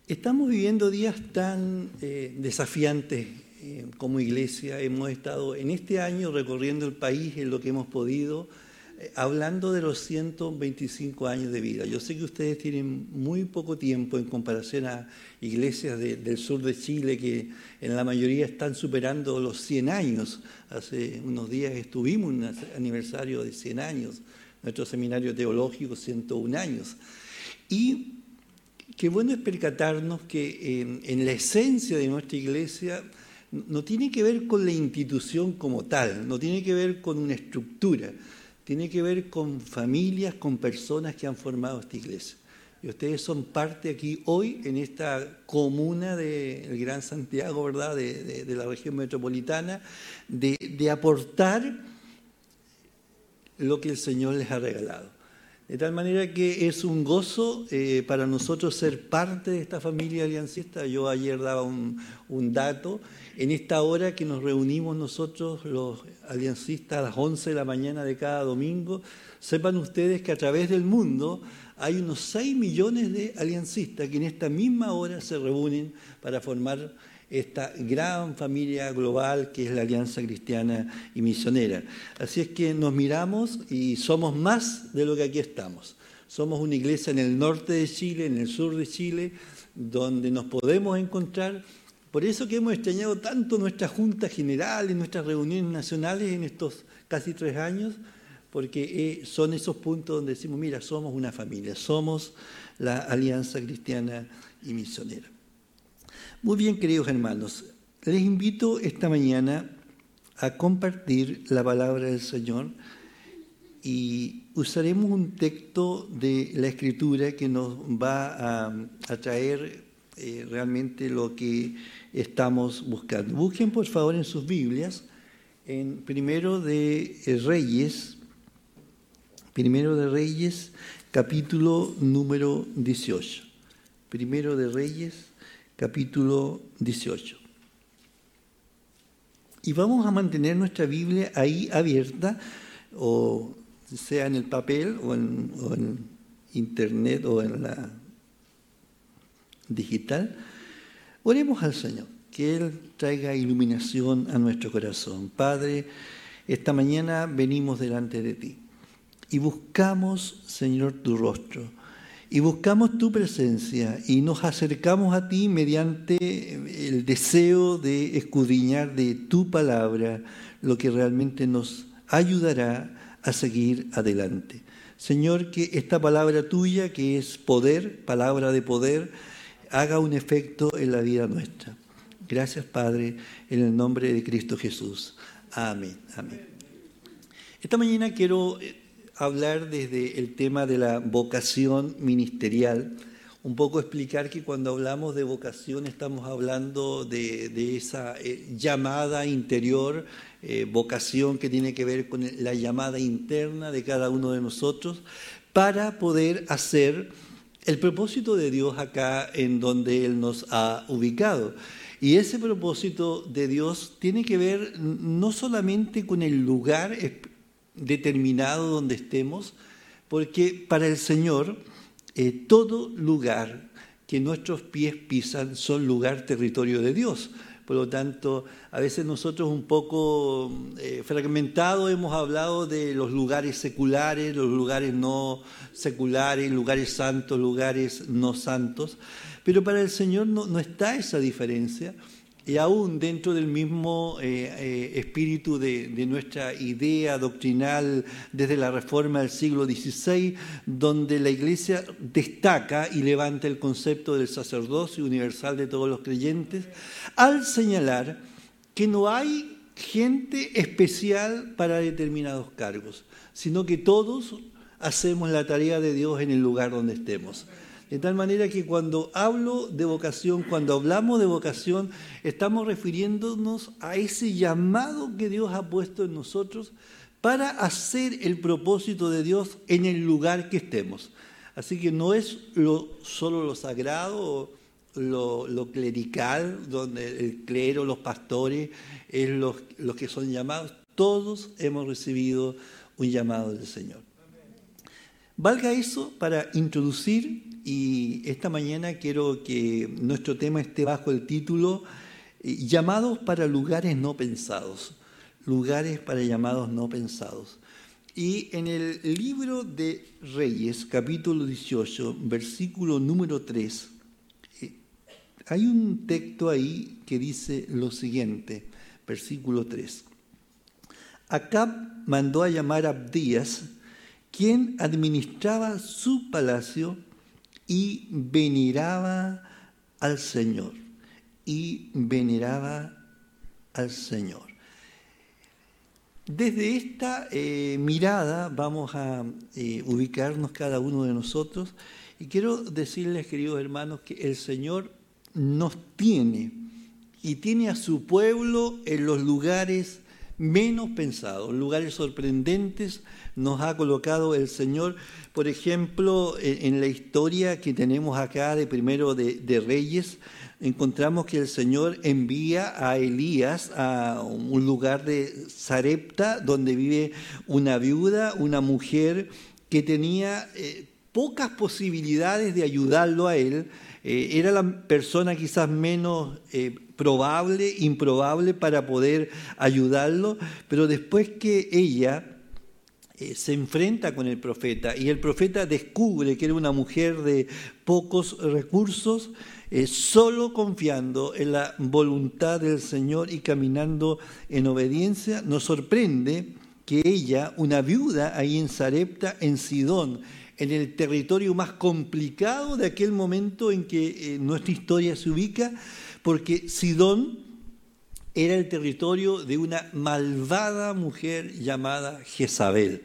Estamos viviendo días tan desafiantes como iglesia. Hemos estado en este año recorriendo el país en lo que hemos podido, hablando de los 125 años de vida. Yo sé que ustedes tienen muy poco tiempo en comparación a iglesias del sur de Chile que en la mayoría están superando los 100 años. Hace unos días estuvimos en un aniversario de 100 años, nuestro seminario teológico 101 años. Y qué bueno es percatarnos que en la esencia de nuestra iglesia no tiene que ver con la institución como tal, no tiene que ver con una estructura, tiene que ver con familias, con personas que han formado esta iglesia. Y ustedes son parte aquí hoy en esta comuna del Gran Santiago, ¿verdad?, de la región metropolitana, de aportar lo que el Señor les ha regalado. De tal manera que es un gozo para nosotros ser parte de esta familia aliancista. Yo ayer daba un dato. En esta hora que nos reunimos nosotros, los aliancistas, a las 11 de la mañana de cada domingo, sepan ustedes que a través del mundo hay unos 6 millones de aliancistas que en esta misma hora se reúnen para formar esta gran familia global que es la Alianza Cristiana y Misionera. Así es que nos miramos y somos más de lo que aquí estamos. Somos una iglesia en el norte de Chile, en el sur de Chile, donde nos podemos encontrar. Por eso que hemos extrañado tanto nuestras juntas generales, nuestras reuniones nacionales en estos casi 3 años, porque son esos puntos donde decimos, mira, somos una familia, somos la Alianza Cristiana y Misionera. Muy bien, queridos hermanos, les invito esta mañana a compartir la palabra del Señor y usaremos un texto de la Escritura que nos va a traer realmente lo que estamos buscando. Busquen por favor en sus Biblias, en Primero de Reyes, capítulo número 18. Primero de Reyes, capítulo 18. Y vamos a mantener nuestra Biblia ahí abierta, o sea en el papel, o en internet, o en la digital. Oremos al Señor, que Él traiga iluminación a nuestro corazón. Padre, esta mañana venimos delante de ti y buscamos, Señor, tu rostro. Y buscamos tu presencia y nos acercamos a ti mediante el deseo de escudriñar de tu palabra lo que realmente nos ayudará a seguir adelante. Señor, que esta palabra tuya, que es poder, palabra de poder, haga un efecto en la vida nuestra. Gracias, Padre, en el nombre de Cristo Jesús. Amén. Amén. Esta mañana quiero hablar desde el tema de la vocación ministerial, un poco explicar que cuando hablamos de vocación estamos hablando de esa llamada interior, vocación que tiene que ver con la llamada interna de cada uno de nosotros para poder hacer el propósito de Dios acá en donde Él nos ha ubicado. Y ese propósito de Dios tiene que ver no solamente con el lugar determinado donde estemos, porque para el Señor todo lugar que nuestros pies pisan son lugar, territorio de Dios. Por lo tanto, a veces nosotros un poco fragmentados hemos hablado de los lugares seculares, los lugares no seculares, lugares santos, lugares no santos, pero para el Señor no está esa diferencia. Y aún dentro del mismo espíritu de nuestra idea doctrinal desde la Reforma del siglo XVI, donde la Iglesia destaca y levanta el concepto del sacerdocio universal de todos los creyentes, al señalar que no hay gente especial para determinados cargos, sino que todos hacemos la tarea de Dios en el lugar donde estemos. De tal manera que cuando hablo de vocación, cuando hablamos de vocación, estamos refiriéndonos a ese llamado que Dios ha puesto en nosotros para hacer el propósito de Dios en el lugar que estemos. Así que no es solo lo sagrado, lo clerical, donde el clero, los pastores, es los que son llamados. Todos hemos recibido un llamado del Señor. Valga eso para introducir y esta mañana quiero que nuestro tema esté bajo el título Llamados para lugares no pensados. Lugares para llamados no pensados. Y en el libro de Reyes, capítulo 18, versículo número 3, hay un texto ahí que dice lo siguiente, versículo 3. Acab mandó a llamar a Abdías, quien administraba su palacio y veneraba al Señor. Y veneraba al Señor. Desde esta mirada vamos a ubicarnos cada uno de nosotros y quiero decirles, queridos hermanos, que el Señor nos tiene y tiene a su pueblo en los lugares menos pensados, lugares sorprendentes. Nos ha colocado el Señor, por ejemplo, en la historia que tenemos acá de primero de Reyes, encontramos que el Señor envía a Elías a un lugar de Sarepta, donde vive una viuda, una mujer que tenía pocas posibilidades de ayudarlo a él. Era la persona quizás menos improbable para poder ayudarlo, pero después que ella se enfrenta con el profeta y el profeta descubre que era una mujer de pocos recursos, solo confiando en la voluntad del Señor y caminando en obediencia, nos sorprende que ella, una viuda ahí en Sarepta, en Sidón, en el territorio más complicado de aquel momento en que nuestra historia se ubica, porque Sidón era el territorio de una malvada mujer llamada Jezabel.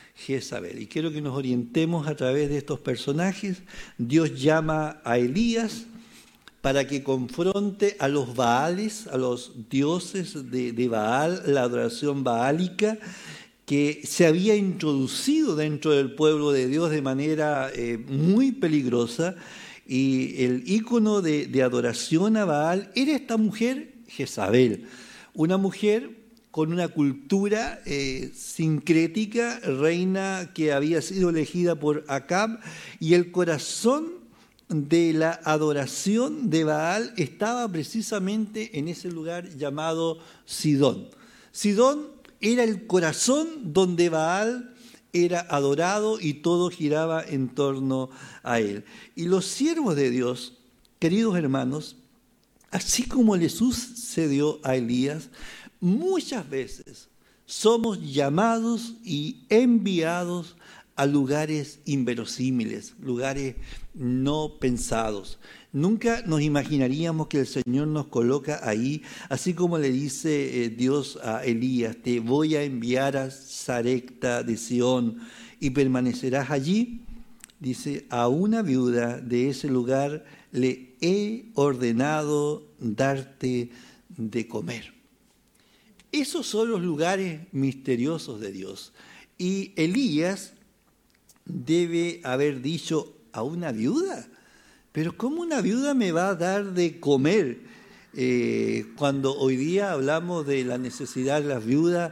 Y quiero que nos orientemos a través de estos personajes. Dios llama a Elías para que confronte a los Baales, a los dioses de Baal, la adoración baálica, que se había introducido dentro del pueblo de Dios de manera muy peligrosa, y el ícono de adoración a Baal era esta mujer Jezabel, una mujer con una cultura sincrética, reina que había sido elegida por Acab, y el corazón de la adoración de Baal estaba precisamente en ese lugar llamado Sidón. Sidón era el corazón donde Baal era adorado y todo giraba en torno a él. Y los siervos de Dios, queridos hermanos, así como le sucedió a Elías, muchas veces somos llamados y enviados a lugares inverosímiles, lugares no pensados. Nunca nos imaginaríamos que el Señor nos coloca ahí, así como le dice Dios a Elías: te voy a enviar a Sarepta de Sión y permanecerás allí. Dice: a una viuda de ese lugar le he ordenado darte de comer. Esos son los lugares misteriosos de Dios. Y Elías debe haber dicho: ¿a una viuda? Pero ¿cómo una viuda me va a dar de comer? Cuando hoy día hablamos de la necesidad de las viudas,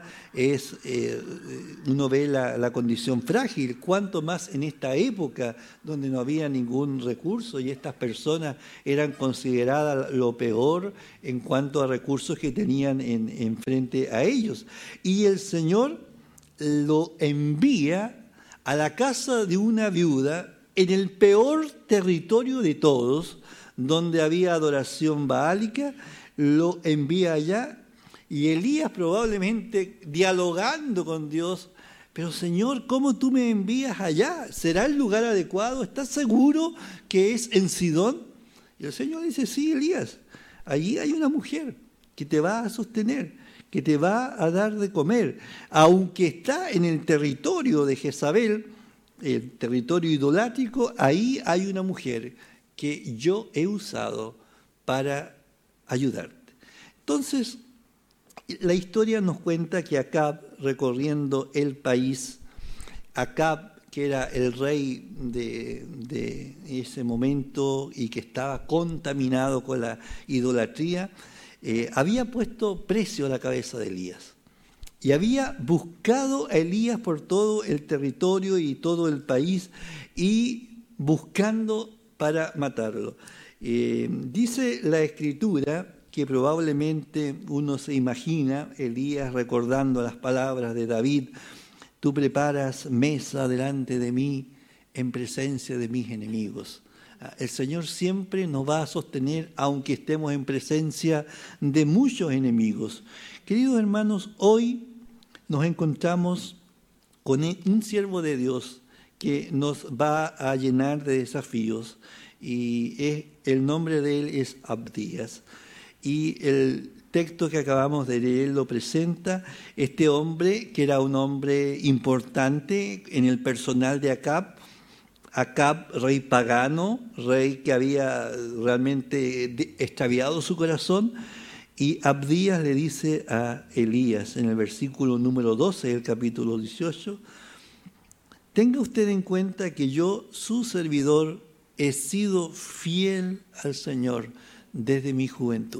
uno ve la condición frágil, cuanto más en esta época donde no había ningún recurso y estas personas eran consideradas lo peor en cuanto a recursos que tenían en frente a ellos. Y el Señor lo envía a la casa de una viuda en el peor territorio de todos, donde había adoración baálica, lo envía allá, y Elías probablemente dialogando con Dios: pero Señor, ¿cómo tú me envías allá? ¿Será el lugar adecuado? ¿Estás seguro que es en Sidón? Y el Señor dice: sí, Elías, allí hay una mujer que te va a sostener, que te va a dar de comer, aunque está en el territorio de Jezabel, el territorio idolátrico, ahí hay una mujer que yo he usado para ayudarte. Entonces, la historia nos cuenta que Acab, recorriendo el país, Acab, que era el rey de ese momento y que estaba contaminado con la idolatría, había puesto precio a la cabeza de Elías. Y había buscado a Elías por todo el territorio y todo el país, y buscando para matarlo. Dice la Escritura que probablemente uno se imagina Elías recordando las palabras de David: tú preparas mesa delante de mí en presencia de mis enemigos. El Señor siempre nos va a sostener aunque estemos en presencia de muchos enemigos. Queridos hermanos, hoy nos encontramos con un siervo de Dios que nos va a llenar de desafíos, y el nombre de él es Abdías. Y el texto que acabamos de leer lo presenta. Este hombre, que era un hombre importante en el personal de Acab, rey pagano, rey que había realmente extraviado su corazón, y Abdías le dice a Elías en el versículo número 12 del capítulo 18, tenga usted en cuenta que yo, su servidor, he sido fiel al Señor desde mi juventud.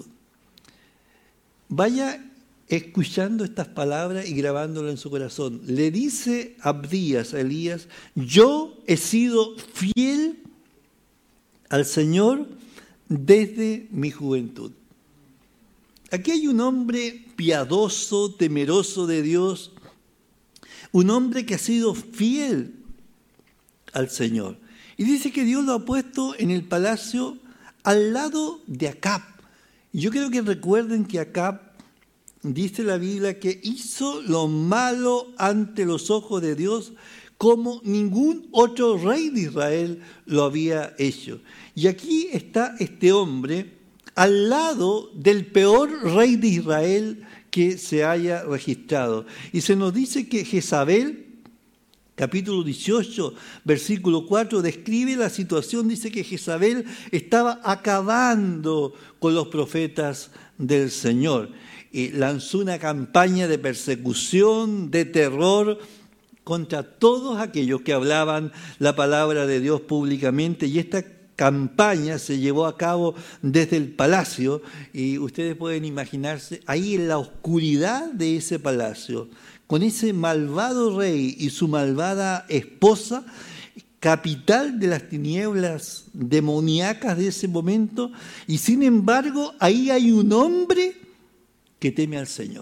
Vaya escuchando estas palabras y grabándolas en su corazón. Le dice Abdías a Elías: yo he sido fiel al Señor desde mi juventud. Aquí hay un hombre piadoso, temeroso de Dios, un hombre que ha sido fiel al Señor. Y dice que Dios lo ha puesto en el palacio al lado de Acab. Y yo quiero que recuerden que Acab, dice la Biblia, que hizo lo malo ante los ojos de Dios como ningún otro rey de Israel lo había hecho. Y aquí está este hombre al lado del peor rey de Israel que se haya registrado. Y se nos dice que Jezabel, capítulo 18, versículo 4, describe la situación. Dice que Jezabel estaba acabando con los profetas del Señor. Y lanzó una campaña de persecución, de terror contra todos aquellos que hablaban la palabra de Dios públicamente. Y esta campaña se llevó a cabo desde el palacio, y ustedes pueden imaginarse ahí en la oscuridad de ese palacio, con ese malvado rey y su malvada esposa, capital de las tinieblas demoníacas de ese momento, y sin embargo ahí hay un hombre que teme al Señor.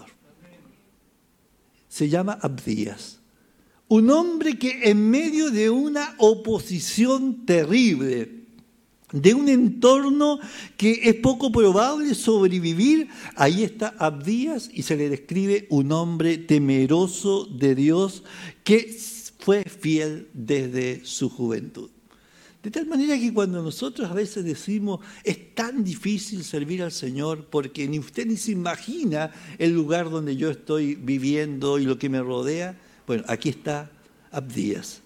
Se llama Abdías. Un hombre que en medio de una oposición terrible, de un entorno que es poco probable sobrevivir, ahí está Abdías, y se le describe un hombre temeroso de Dios que fue fiel desde su juventud. De tal manera que cuando nosotros a veces decimos es tan difícil servir al Señor porque ni usted ni se imagina el lugar donde yo estoy viviendo y lo que me rodea, bueno, aquí está Abdías.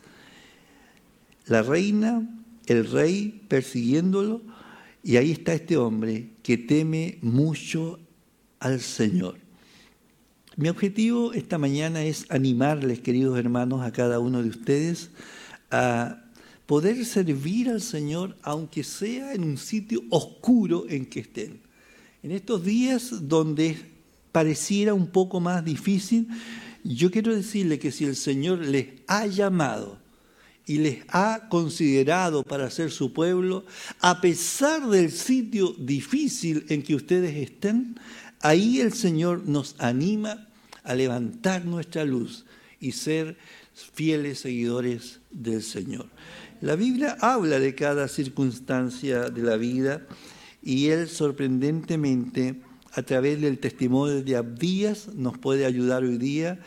La reina, el rey persiguiéndolo, y ahí está este hombre que teme mucho al Señor. Mi objetivo esta mañana es animarles, queridos hermanos, a cada uno de ustedes a poder servir al Señor aunque sea en un sitio oscuro en que estén. En estos días donde pareciera un poco más difícil, yo quiero decirle que si el Señor les ha llamado y les ha considerado para ser su pueblo, a pesar del sitio difícil en que ustedes estén, ahí el Señor nos anima a levantar nuestra luz y ser fieles seguidores del Señor. La Biblia habla de cada circunstancia de la vida, y Él sorprendentemente, a través del testimonio de Abdías, nos puede ayudar hoy día.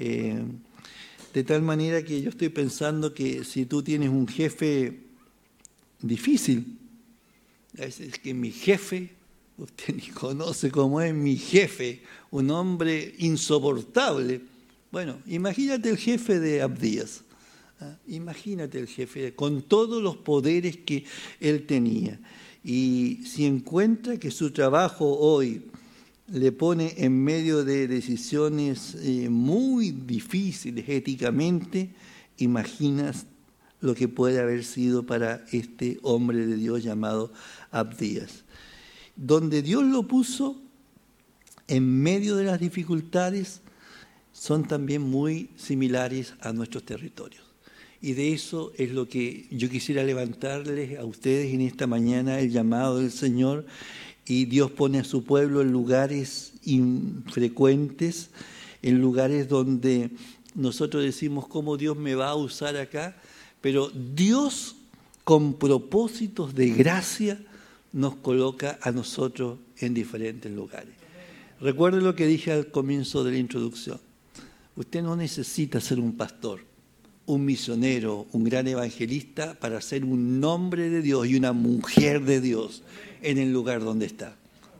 De tal manera que yo estoy pensando que si tú tienes un jefe difícil, es que mi jefe, usted ni conoce cómo es mi jefe, un hombre insoportable. Bueno, imagínate el jefe de Abdías. Imagínate el jefe con todos los poderes que él tenía. Y si encuentra que su trabajo hoy le pone en medio de decisiones muy difíciles éticamente, imaginas lo que puede haber sido para este hombre de Dios llamado Abdías. Donde Dios lo puso, en medio de las dificultades, son también muy similares a nuestros territorios. Y de eso es lo que yo quisiera levantarles a ustedes en esta mañana, el llamado del Señor. Y Dios pone a su pueblo en lugares infrecuentes, en lugares donde nosotros decimos cómo Dios me va a usar acá, pero Dios con propósitos de gracia nos coloca a nosotros en diferentes lugares. Recuerde lo que dije al comienzo de la introducción. Usted no necesita ser un pastor, un misionero, un gran evangelista para ser un hombre de Dios y una mujer de Dios en el lugar donde está.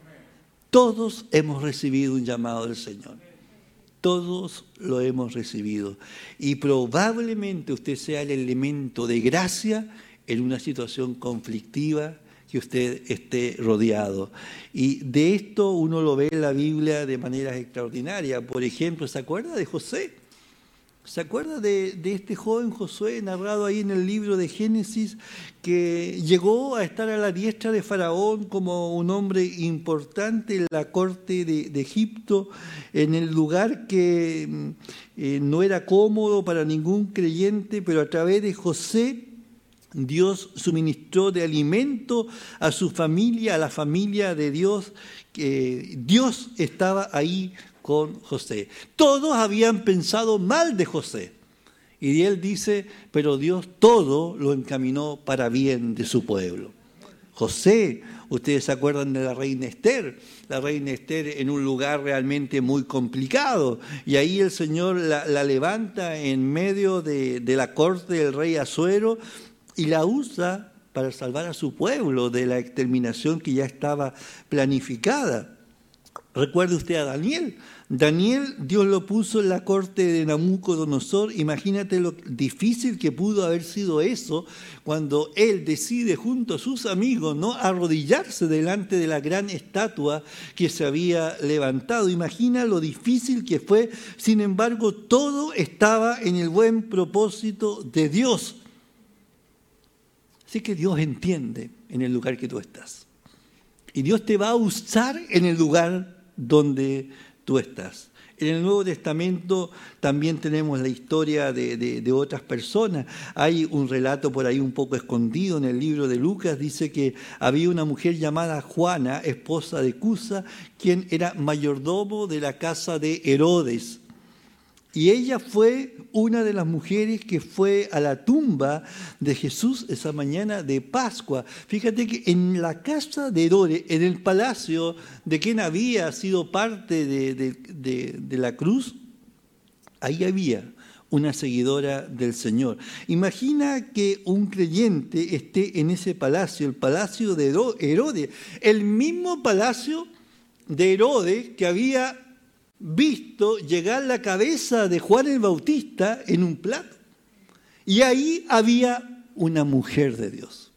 Todos hemos recibido un llamado del Señor. Todos lo hemos recibido. Y probablemente usted sea el elemento de gracia en una situación conflictiva que usted esté rodeado. Y de esto uno lo ve en la Biblia de manera extraordinaria. Por ejemplo, ¿se acuerda de José? ¿Se acuerda de este joven Josué narrado ahí en el libro de Génesis, que llegó a estar a la diestra de Faraón como un hombre importante en la corte de Egipto, en el lugar que no era cómodo para ningún creyente, pero a través de José Dios suministró de alimento a su familia, a la familia de Dios, que Dios estaba ahí con José. Todos habían pensado mal de José. Y él dice, pero Dios todo lo encaminó para bien de su pueblo. José, ustedes se acuerdan de la reina Esther en un lugar realmente muy complicado. Y ahí el Señor la levanta en medio de la corte del rey Asuero y la usa para salvar a su pueblo de la exterminación que ya estaba planificada. Recuerde usted a Daniel. Daniel, Dios lo puso en la corte de Nabucodonosor. Imagínate lo difícil que pudo haber sido eso cuando él decide junto a sus amigos no arrodillarse delante de la gran estatua que se había levantado. Imagina lo difícil que fue. Sin embargo, todo estaba en el buen propósito de Dios. Así que Dios entiende en el lugar que tú estás. Y Dios te va a usar en el lugar donde tú estás. En el Nuevo Testamento también tenemos la historia de otras personas. Hay un relato por ahí un poco escondido en el libro de Lucas. Dice que había una mujer llamada Juana, esposa de Cusa, quien era mayordomo de la casa de Herodes. Y ella fue una de las mujeres que fue a la tumba de Jesús esa mañana de Pascua. Fíjate que en la casa de Herodes, en el palacio de quien había sido parte de la cruz, ahí había una seguidora del Señor. Imagina que un creyente esté en ese palacio, el palacio de Herodes, el mismo palacio de Herodes que había visto llegar la cabeza de Juan el Bautista en un plato. Y ahí había una mujer de Dios.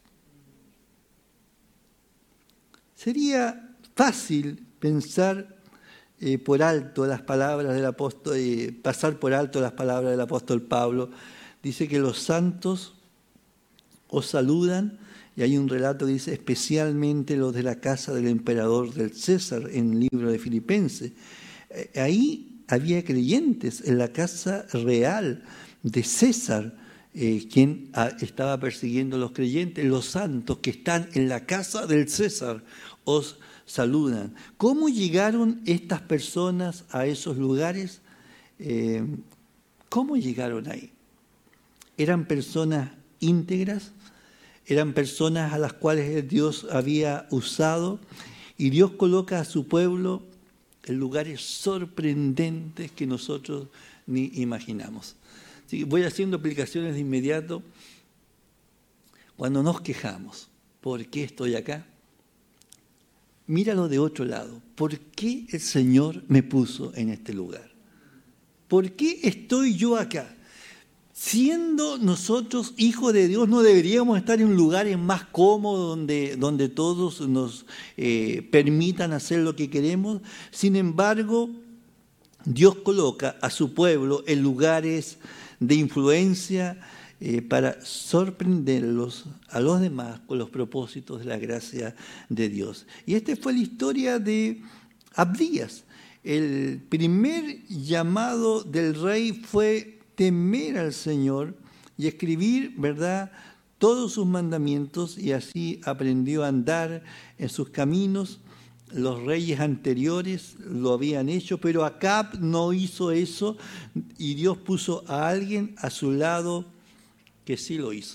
Sería fácil pensar por alto las palabras del apóstol, pasar por alto las palabras del apóstol Pablo. Dice que los santos os saludan, y hay un relato que dice especialmente los de la casa del emperador del César en el libro de Filipenses. Ahí había creyentes en la casa real de César, quien estaba persiguiendo a los creyentes. Los santos que están en la casa del César os saludan. ¿Cómo llegaron estas personas a esos lugares? ¿Cómo llegaron ahí? ¿Eran personas íntegras? ¿Eran personas a las cuales Dios había usado? Y Dios coloca a su pueblo en lugares sorprendentes que nosotros ni imaginamos. Así que voy haciendo aplicaciones de inmediato. Cuando nos quejamos, ¿por qué estoy acá? Míralo de otro lado. ¿Por qué el Señor me puso en este lugar? ¿Por qué estoy yo acá? Siendo nosotros hijos de Dios, no deberíamos estar en lugares más cómodos donde todos nos permitan hacer lo que queremos. Sin embargo, Dios coloca a su pueblo en lugares de influencia para sorprenderlos a los demás con los propósitos de la gracia de Dios. Y esta fue la historia de Abdías. El primer llamado del rey fue temer al Señor y escribir, ¿verdad?, todos sus mandamientos, y así aprendió a andar en sus caminos. Los reyes anteriores lo habían hecho, pero Acab no hizo eso, y Dios puso a alguien a su lado que sí lo hizo.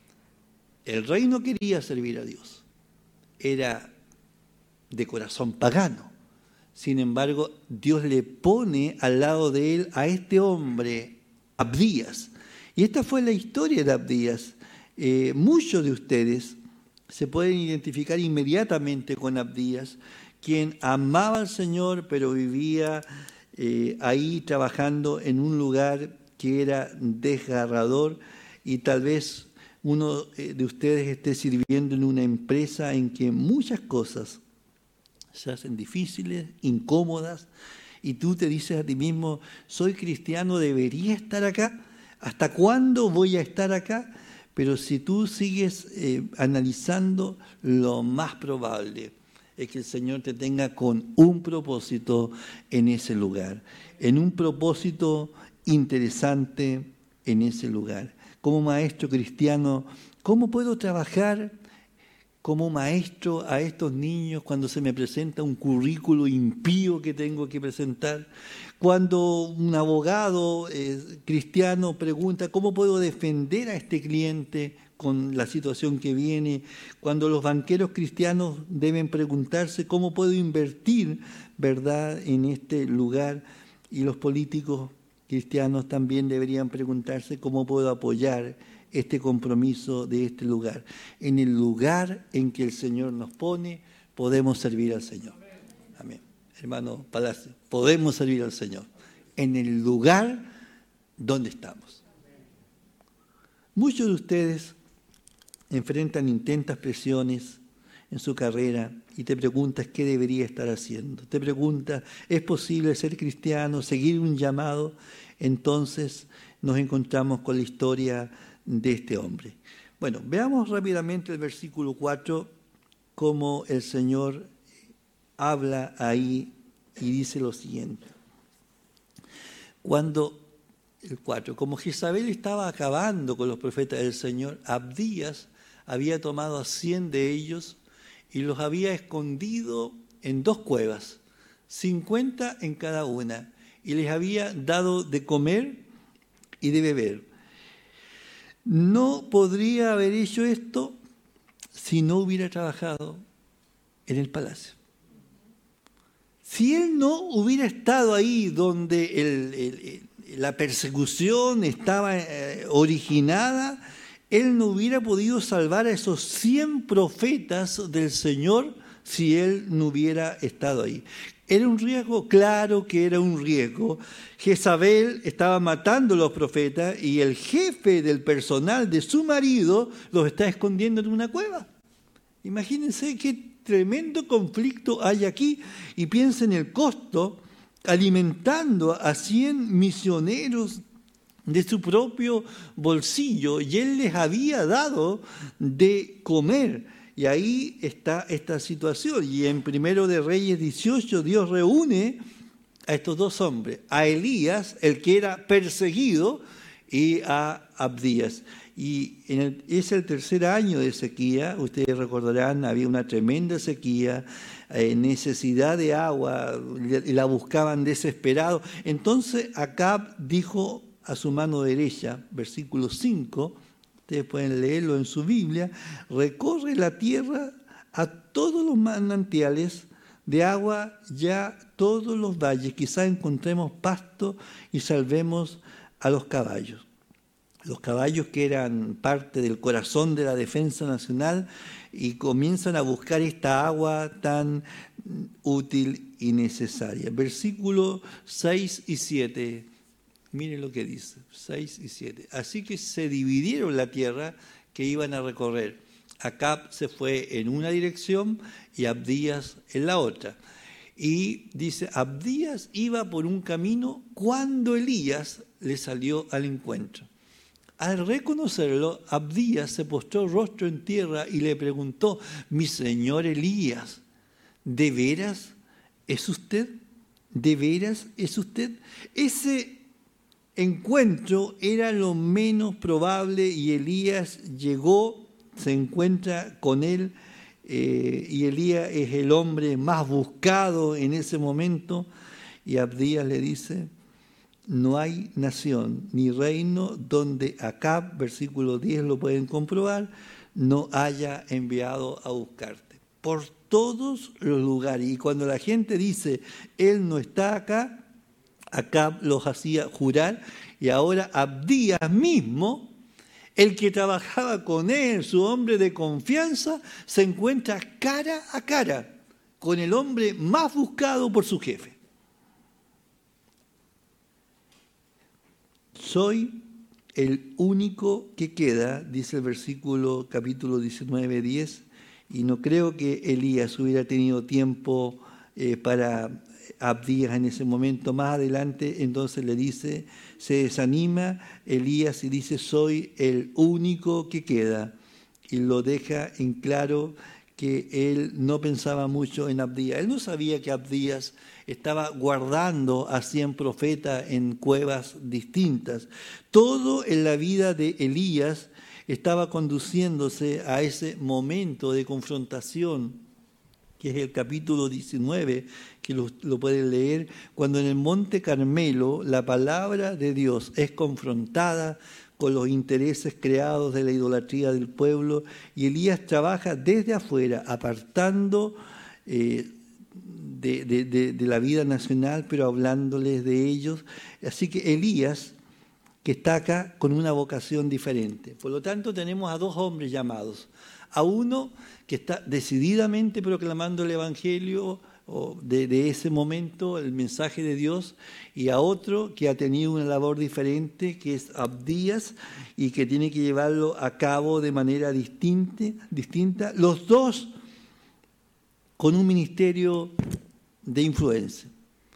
El rey no quería servir a Dios, era de corazón pagano. Sin embargo, Dios le pone al lado de él a este hombre, Abdías. Y esta fue la historia de Abdías. Muchos de ustedes se pueden identificar inmediatamente con Abdías, quien amaba al Señor, pero vivía ahí trabajando en un lugar que era desgarrador, y tal vez uno de ustedes esté sirviendo en una empresa en que muchas cosas se hacen difíciles, incómodas, y tú te dices a ti mismo, soy cristiano, ¿debería estar acá? ¿Hasta cuándo voy a estar acá? Pero si tú sigues analizando, lo más probable es que el Señor te tenga con un propósito en ese lugar, en un propósito interesante en ese lugar. Como maestro cristiano, ¿cómo puedo trabajar como maestro a estos niños cuando se me presenta un currículo impío que tengo que presentar? Cuando un abogado cristiano pregunta, ¿cómo puedo defender a este cliente con la situación que viene? Cuando los banqueros cristianos deben preguntarse, ¿cómo puedo invertir, verdad, en este lugar? Y los políticos cristianos también deberían preguntarse, ¿cómo puedo apoyar este compromiso de este lugar? En el lugar en que el Señor nos pone, podemos servir al Señor. Amén. Hermano Palacio, podemos servir al Señor en el lugar donde estamos. Muchos de ustedes enfrentan intensas presiones en su carrera y te preguntas qué debería estar haciendo. Te preguntas, ¿es posible ser cristiano, seguir un llamado? Entonces nos encontramos con la historia de este hombre. Bueno, veamos rápidamente el versículo 4, cómo el Señor habla ahí y dice lo siguiente. El 4, como Jezabel estaba acabando con los profetas del Señor, Abdías había tomado a 100 de ellos y los había escondido en 2 cuevas, 50 en cada una, y les había dado de comer y de beber. No podría haber hecho esto si no hubiera trabajado en el palacio. Si él no hubiera estado ahí donde la persecución estaba originada, él no hubiera podido salvar a esos 100 profetas del Señor si él no hubiera estado ahí. ¿Era un riesgo? Claro que era un riesgo. Jezabel estaba matando a los profetas y el jefe del personal de su marido los está escondiendo en una cueva. Imagínense qué tremendo conflicto hay aquí, y piensen en el costo alimentando a 100 misioneros de su propio bolsillo, y él les había dado de comer. Y ahí está esta situación. Y en 1 de Reyes 18 Dios reúne a estos 2 hombres, a Elías, el que era perseguido, y a Abdías. Y es el 3er año de sequía. Ustedes recordarán, había una tremenda sequía, necesidad de agua, la buscaban desesperados. Entonces Acab dijo a su mano derecha, versículo 5, ustedes pueden leerlo en su Biblia, recorre la tierra a todos los manantiales de agua, ya todos los valles, quizá encontremos pasto y salvemos a los caballos. Los caballos que eran parte del corazón de la defensa nacional, y comienzan a buscar esta agua tan útil y necesaria. Versículos 6 y 7, miren lo que dice, 6 y 7. Así que se dividieron la tierra que iban a recorrer. Acab se fue en una dirección y Abdías en la otra. Y dice, Abdías iba por un camino cuando Elías le salió al encuentro. Al reconocerlo, Abdías se postró rostro en tierra y le preguntó, mi señor Elías, ¿de veras es usted? ¿De veras es usted? Ese encuentro era lo menos probable y Elías llegó, se encuentra con él y Elías es el hombre más buscado en ese momento y Abdías le dice: no hay nación ni reino donde Acab, versículo 10 lo pueden comprobar, no haya enviado a buscarte. Por todos los lugares. Y cuando la gente dice, él no está acá, Acab los hacía jurar, y ahora Abdías mismo, el que trabajaba con él, su hombre de confianza, se encuentra cara a cara con el hombre más buscado por su jefe. Soy el único que queda, dice el versículo capítulo 19, 10, y no creo que Elías hubiera tenido tiempo para Abdías en ese momento. Más adelante entonces le dice, se desanima Elías y dice: soy el único que queda, y lo deja en claro que él no pensaba mucho en Abdías. Él no sabía que Abdías estaba guardando a 100 profetas en cuevas distintas. Todo en la vida de Elías estaba conduciéndose a ese momento de confrontación, que es el capítulo 19, que lo pueden leer, cuando en el Monte Carmelo la palabra de Dios es confrontada con los intereses creados de la idolatría del pueblo, y Elías trabaja desde afuera, apartando de la vida nacional, pero hablándoles de ellos. Así que Elías, que está acá con una vocación diferente. Por lo tanto, tenemos a dos hombres llamados. A uno que está decididamente proclamando el Evangelio de ese momento, el mensaje de Dios, y a otro que ha tenido una labor diferente, que es Abdías, y que tiene que llevarlo a cabo de manera distinta. Los dos con un ministerio de influencia.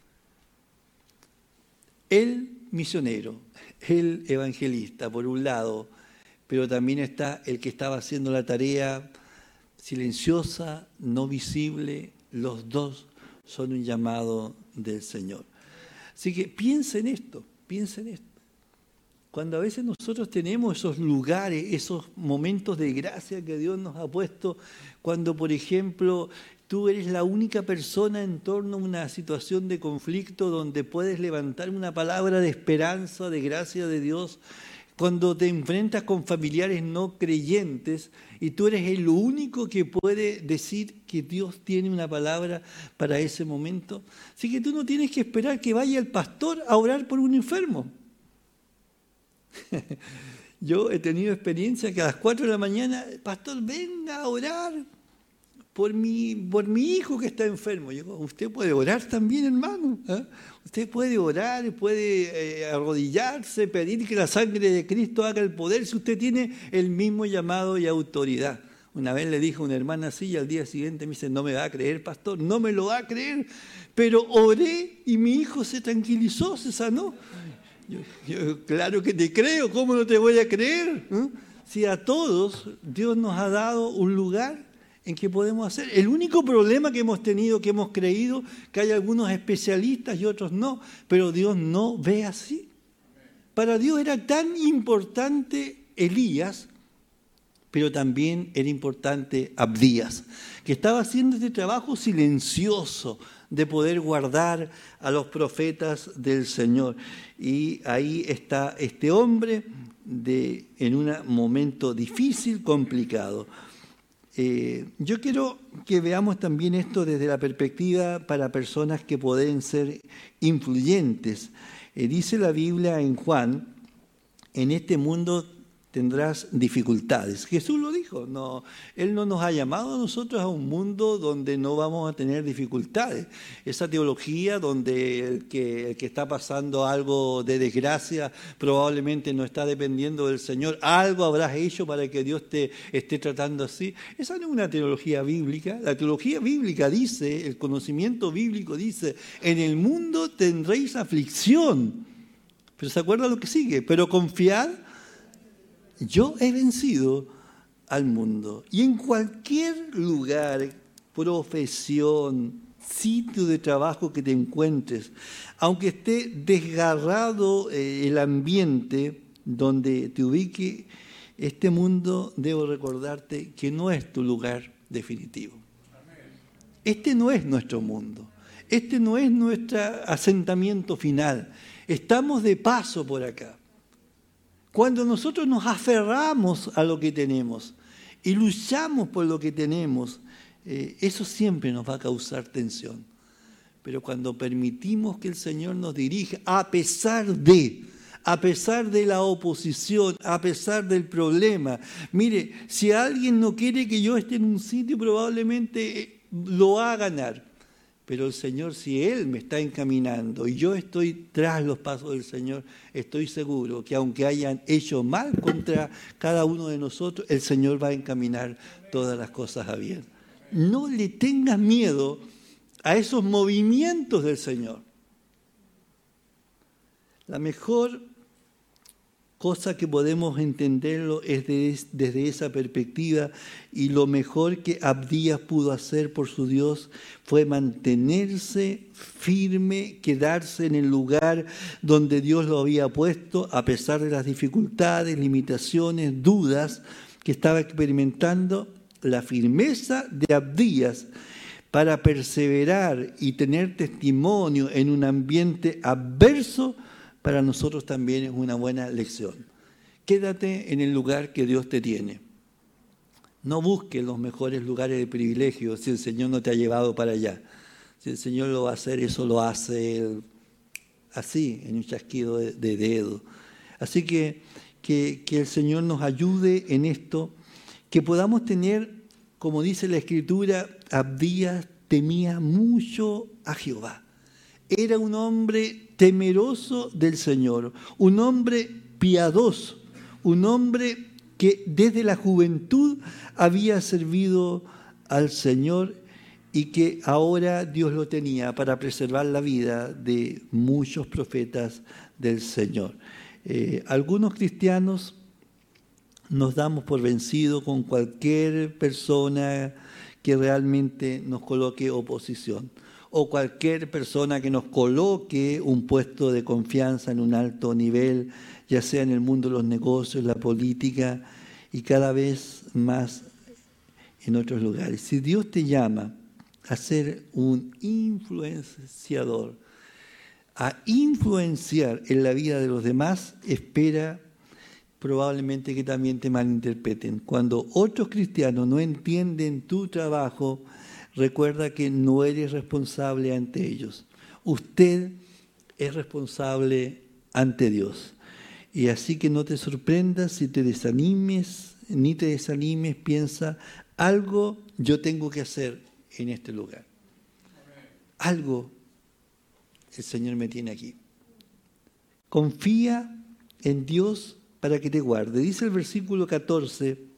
El misionero, el evangelista, por un lado, pero también está el que estaba haciendo la tarea silenciosa, no visible. Los dos son un llamado del Señor. Así que piensen esto. Cuando a veces nosotros tenemos esos lugares, esos momentos de gracia que Dios nos ha puesto, cuando, por ejemplo, tú eres la única persona en torno a una situación de conflicto donde puedes levantar una palabra de esperanza, de gracia de Dios, cuando te enfrentas con familiares no creyentes y tú eres el único que puede decir que Dios tiene una palabra para ese momento. Así que tú no tienes que esperar que vaya el pastor a orar por un enfermo. Yo he tenido experiencia que a las 4 de la mañana, pastor, venga a orar por mi hijo que está enfermo. Yo digo, usted puede orar también, hermano. Usted puede orar, puede arrodillarse, pedir que la sangre de Cristo haga el poder, si usted tiene el mismo llamado y autoridad. Una vez le dije a una hermana así y al día siguiente me dice: no me va a creer, pastor, no me lo va a creer, pero oré y mi hijo se tranquilizó, se sanó. Yo, claro que te creo, ¿cómo no te voy a creer? Si a todos Dios nos ha dado un lugar en que podemos hacer. El único problema que hemos tenido, que hemos creído que hay algunos especialistas y otros no, pero Dios no ve así. Para Dios era tan importante Elías, pero también era importante Abdías, que estaba haciendo este trabajo silencioso de poder guardar a los profetas del Señor. Y ahí está este hombre en un momento difícil, complicado. Yo quiero que veamos también esto desde la perspectiva para personas que pueden ser influyentes. Dice la Biblia en Juan: en este mundo tendrás dificultades. Jesús lo dijo, no, Él no nos ha llamado a nosotros a un mundo donde no vamos a tener dificultades. Esa teología donde el que está pasando algo de desgracia probablemente no está dependiendo del Señor, algo habrás hecho para que Dios te esté tratando así. Esa no es una teología bíblica. La teología bíblica dice, el conocimiento bíblico dice: en el mundo tendréis aflicción. Pero ¿se acuerdan lo que sigue? Pero confiad, yo he vencido al mundo. Y en cualquier lugar, profesión, sitio de trabajo que te encuentres, aunque esté desgarrado el ambiente donde te ubique, este mundo, debo recordarte que no es tu lugar definitivo. Este no es nuestro mundo. Este no es nuestro asentamiento final. Estamos de paso por acá. Cuando nosotros nos aferramos a lo que tenemos y luchamos por lo que tenemos, eso siempre nos va a causar tensión. Pero cuando permitimos que el Señor nos dirija, a pesar de la oposición, a pesar del problema. Mire, si alguien no quiere que yo esté en un sitio, probablemente lo va a ganar. Pero el Señor, si Él me está encaminando y yo estoy tras los pasos del Señor, estoy seguro que aunque hayan hecho mal contra cada uno de nosotros, el Señor va a encaminar todas las cosas a bien. No le tengas miedo a esos movimientos del Señor. La mejor cosa que podemos entenderlo es desde esa perspectiva, y lo mejor que Abdías pudo hacer por su Dios fue mantenerse firme, quedarse en el lugar donde Dios lo había puesto, a pesar de las dificultades, limitaciones, dudas que estaba experimentando. La firmeza de Abdías para perseverar y tener testimonio en un ambiente adverso, para nosotros también es una buena lección. Quédate en el lugar que Dios te tiene. No busques los mejores lugares de privilegio si el Señor no te ha llevado para allá. Si el Señor lo va a hacer, eso lo hace Él así, en un chasquido de dedo. Así que el Señor nos ayude en esto, que podamos tener, como dice la Escritura, Abdías temía mucho a Jehová. Era un hombre temeroso del Señor, un hombre piadoso, un hombre que desde la juventud había servido al Señor y que ahora Dios lo tenía para preservar la vida de muchos profetas del Señor. Algunos cristianos nos damos por vencidos con cualquier persona que realmente nos coloque oposición, o cualquier persona que nos coloque un puesto de confianza en un alto nivel, ya sea en el mundo de los negocios, la política y cada vez más en otros lugares. Si Dios te llama a ser un influenciador, a influenciar en la vida de los demás, espera probablemente que también te malinterpreten. Cuando otros cristianos no entienden tu trabajo, recuerda que no eres responsable ante ellos. Usted es responsable ante Dios. Y así que no te sorprendas si te desanimes, ni te desanimes, piensa, algo yo tengo que hacer en este lugar. Algo el Señor me tiene aquí. Confía en Dios para que te guarde. Dice el versículo 14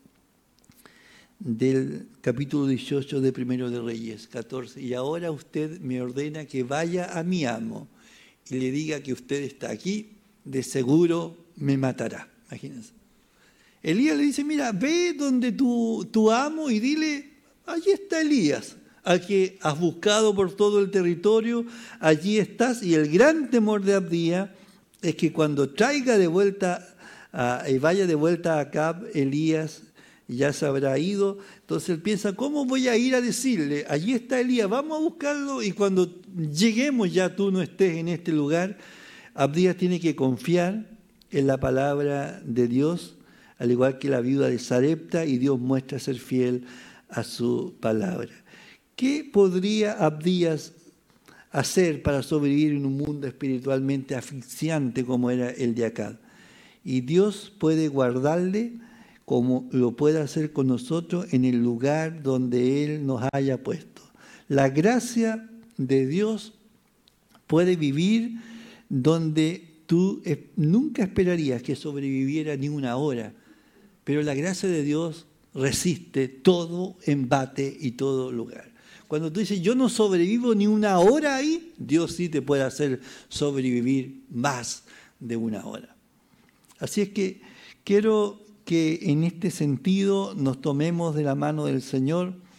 del capítulo 18 de Primero de Reyes, 14. Y ahora usted me ordena que vaya a mi amo y le diga que usted está aquí, de seguro me matará. Imagínense. Elías le dice, mira, ve donde tu amo y dile, allí está Elías, al que has buscado por todo el territorio, allí estás. Y el gran temor de Abdías es que cuando vaya de vuelta a Acab, Elías ya se habrá ido. Entonces él piensa, ¿cómo voy a ir a decirle? Allí está Elías, vamos a buscarlo y cuando lleguemos ya tú no estés en este lugar. Abdías tiene que confiar en la palabra de Dios, al igual que la viuda de Sarepta, y Dios muestra ser fiel a su palabra. ¿Qué podría Abdías hacer para sobrevivir en un mundo espiritualmente asfixiante como era el de Acab? Y Dios puede guardarle como lo puede hacer con nosotros en el lugar donde Él nos haya puesto. La gracia de Dios puede vivir donde tú nunca esperarías que sobreviviera ni una hora, pero la gracia de Dios resiste todo embate y todo lugar. Cuando tú dices, yo no sobrevivo ni una hora ahí, Dios sí te puede hacer sobrevivir más de una hora. Así es que quiero que en este sentido nos tomemos de la mano del Señor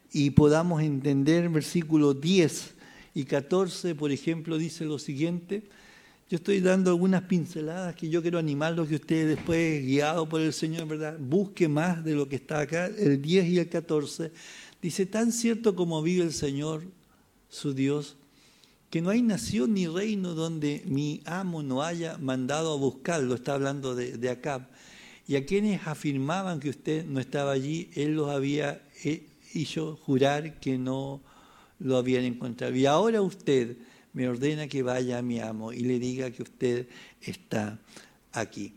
y podamos entender versículos 10 y 14, por ejemplo, dice lo siguiente. Yo estoy dando algunas pinceladas que yo quiero animarlos que ustedes después, guiados por el Señor, ¿verdad?, busque más de lo que está acá. El 10 y el 14 dice: tan cierto como vive el Señor, su Dios, que no hay nación ni reino donde mi amo no haya mandado a buscarlo. Está hablando de Acab. Y a quienes afirmaban que usted no estaba allí, él los había hecho jurar que no lo habían encontrado. Y ahora usted me ordena que vaya a mi amo y le diga que usted está aquí.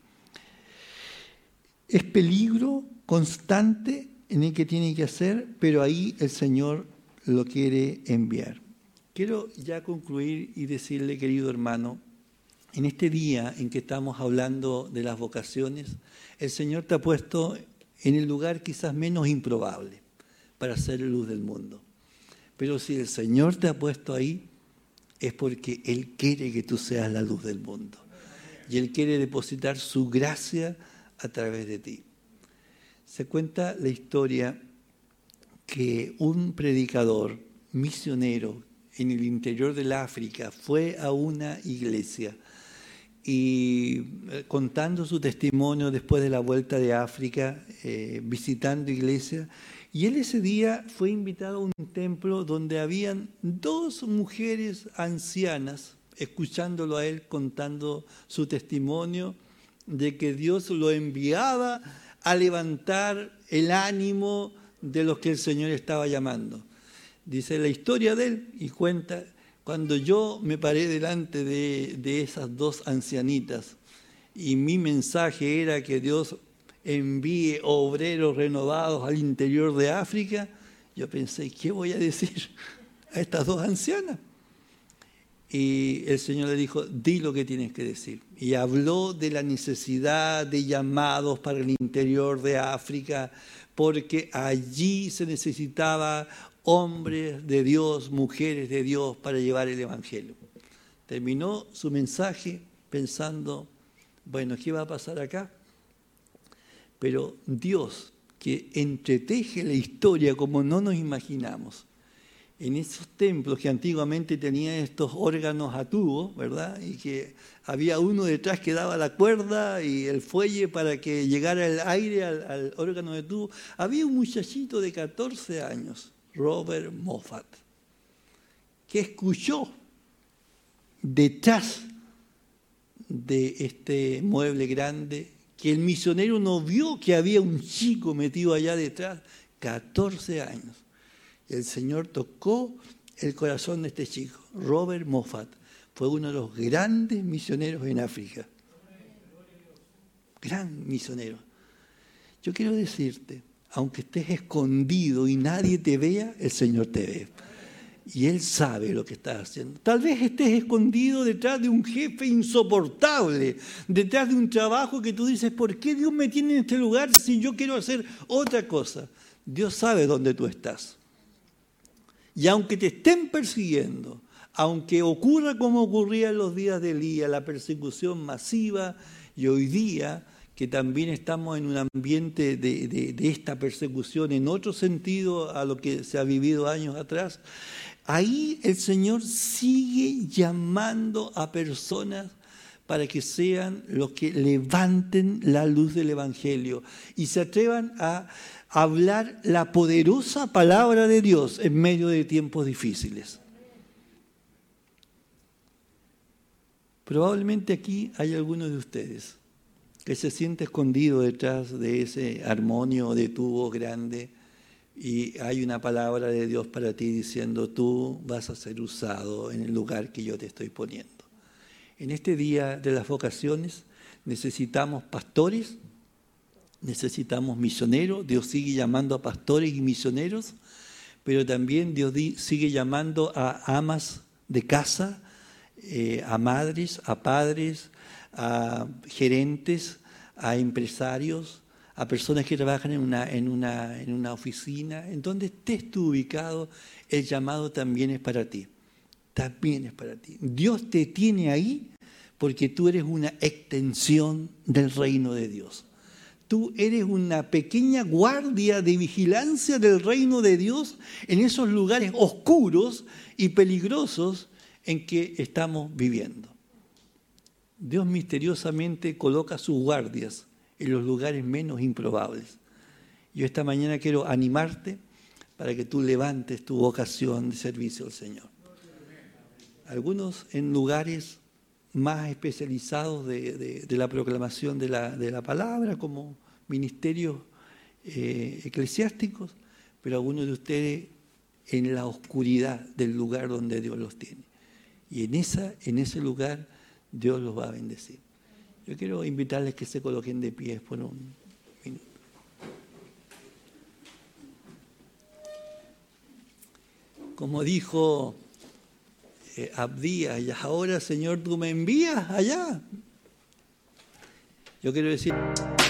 Es peligro constante en el que tiene que hacer, pero ahí el Señor lo quiere enviar. Quiero ya concluir y decirle, querido hermano, en este día en que estamos hablando de las vocaciones, el Señor te ha puesto en el lugar quizás menos improbable para ser luz del mundo. Pero si el Señor te ha puesto ahí, es porque Él quiere que tú seas la luz del mundo. Y Él quiere depositar su gracia a través de ti. Se cuenta la historia que un predicador misionero en el interior del África fue a una iglesia y contando su testimonio después de la vuelta de África, visitando iglesias, y él ese día fue invitado a un templo donde habían 2 mujeres ancianas escuchándolo a él contando su testimonio de que Dios lo enviaba a levantar el ánimo de los que el Señor estaba llamando. Dice la historia de él y cuenta: cuando yo me paré delante de esas 2 ancianitas y mi mensaje era que Dios envíe obreros renovados al interior de África, yo pensé, ¿qué voy a decir a estas 2 ancianas? Y el Señor le dijo: di lo que tienes que decir. Y habló de la necesidad de llamados para el interior de África, porque allí se necesitaba hombres de Dios, mujeres de Dios para llevar el Evangelio. Terminó su mensaje pensando, bueno, ¿qué va a pasar acá? Pero Dios, que entreteje la historia como no nos imaginamos, en esos templos que antiguamente tenían estos órganos a tubo, ¿verdad?, y que había uno detrás que daba la cuerda y el fuelle para que llegara el aire al órgano de tubo, había un muchachito de 14 años, Robert Moffat, que escuchó detrás de este mueble grande que el misionero no vio que había un chico metido allá detrás, 14 años. El Señor tocó el corazón de este chico. Robert Moffat fue uno de los grandes misioneros en África. Gran misionero. Yo quiero decirte, aunque estés escondido y nadie te vea, el Señor te ve. Y Él sabe lo que estás haciendo. Tal vez estés escondido detrás de un jefe insoportable, detrás de un trabajo que tú dices, ¿por qué Dios me tiene en este lugar si yo quiero hacer otra cosa? Dios sabe dónde tú estás. Y aunque te estén persiguiendo, aunque ocurra como ocurría en los días de Elías, la persecución masiva, y hoy día que también estamos en un ambiente de esta persecución en otro sentido a lo que se ha vivido años atrás, ahí el Señor sigue llamando a personas para que sean los que levanten la luz del Evangelio y se atrevan a hablar la poderosa palabra de Dios en medio de tiempos difíciles. Probablemente aquí hay algunos de ustedes que se siente escondido detrás de ese armonio de tubo grande y hay una palabra de Dios para ti diciendo: tú vas a ser usado en el lugar que yo te estoy poniendo. En este día de las vocaciones necesitamos pastores, necesitamos misioneros. Dios sigue llamando a pastores y misioneros, pero también Dios sigue llamando a amas de casa, a madres, a padres, a gerentes, a empresarios, a personas que trabajan en una oficina. En donde estés tú ubicado, el llamado también es para ti. También es para ti. Dios te tiene ahí porque tú eres una extensión del reino de Dios. tú eres una pequeña guardia de vigilancia del reino de Dios en esos lugares oscuros y peligrosos en que estamos viviendo. Dios misteriosamente coloca sus guardias en los lugares menos improbables. Yo esta mañana quiero animarte para que tú levantes tu vocación de servicio al Señor. Algunos en lugares más especializados de la proclamación de la palabra, como ministerios eclesiásticos, pero algunos de ustedes en la oscuridad del lugar donde Dios los tiene. Y en ese lugar Dios los va a bendecir. Yo quiero invitarles que se coloquen de pie por un minuto. Como dijo Abdías, y ahora, Señor, tú me envías allá. Yo quiero decir...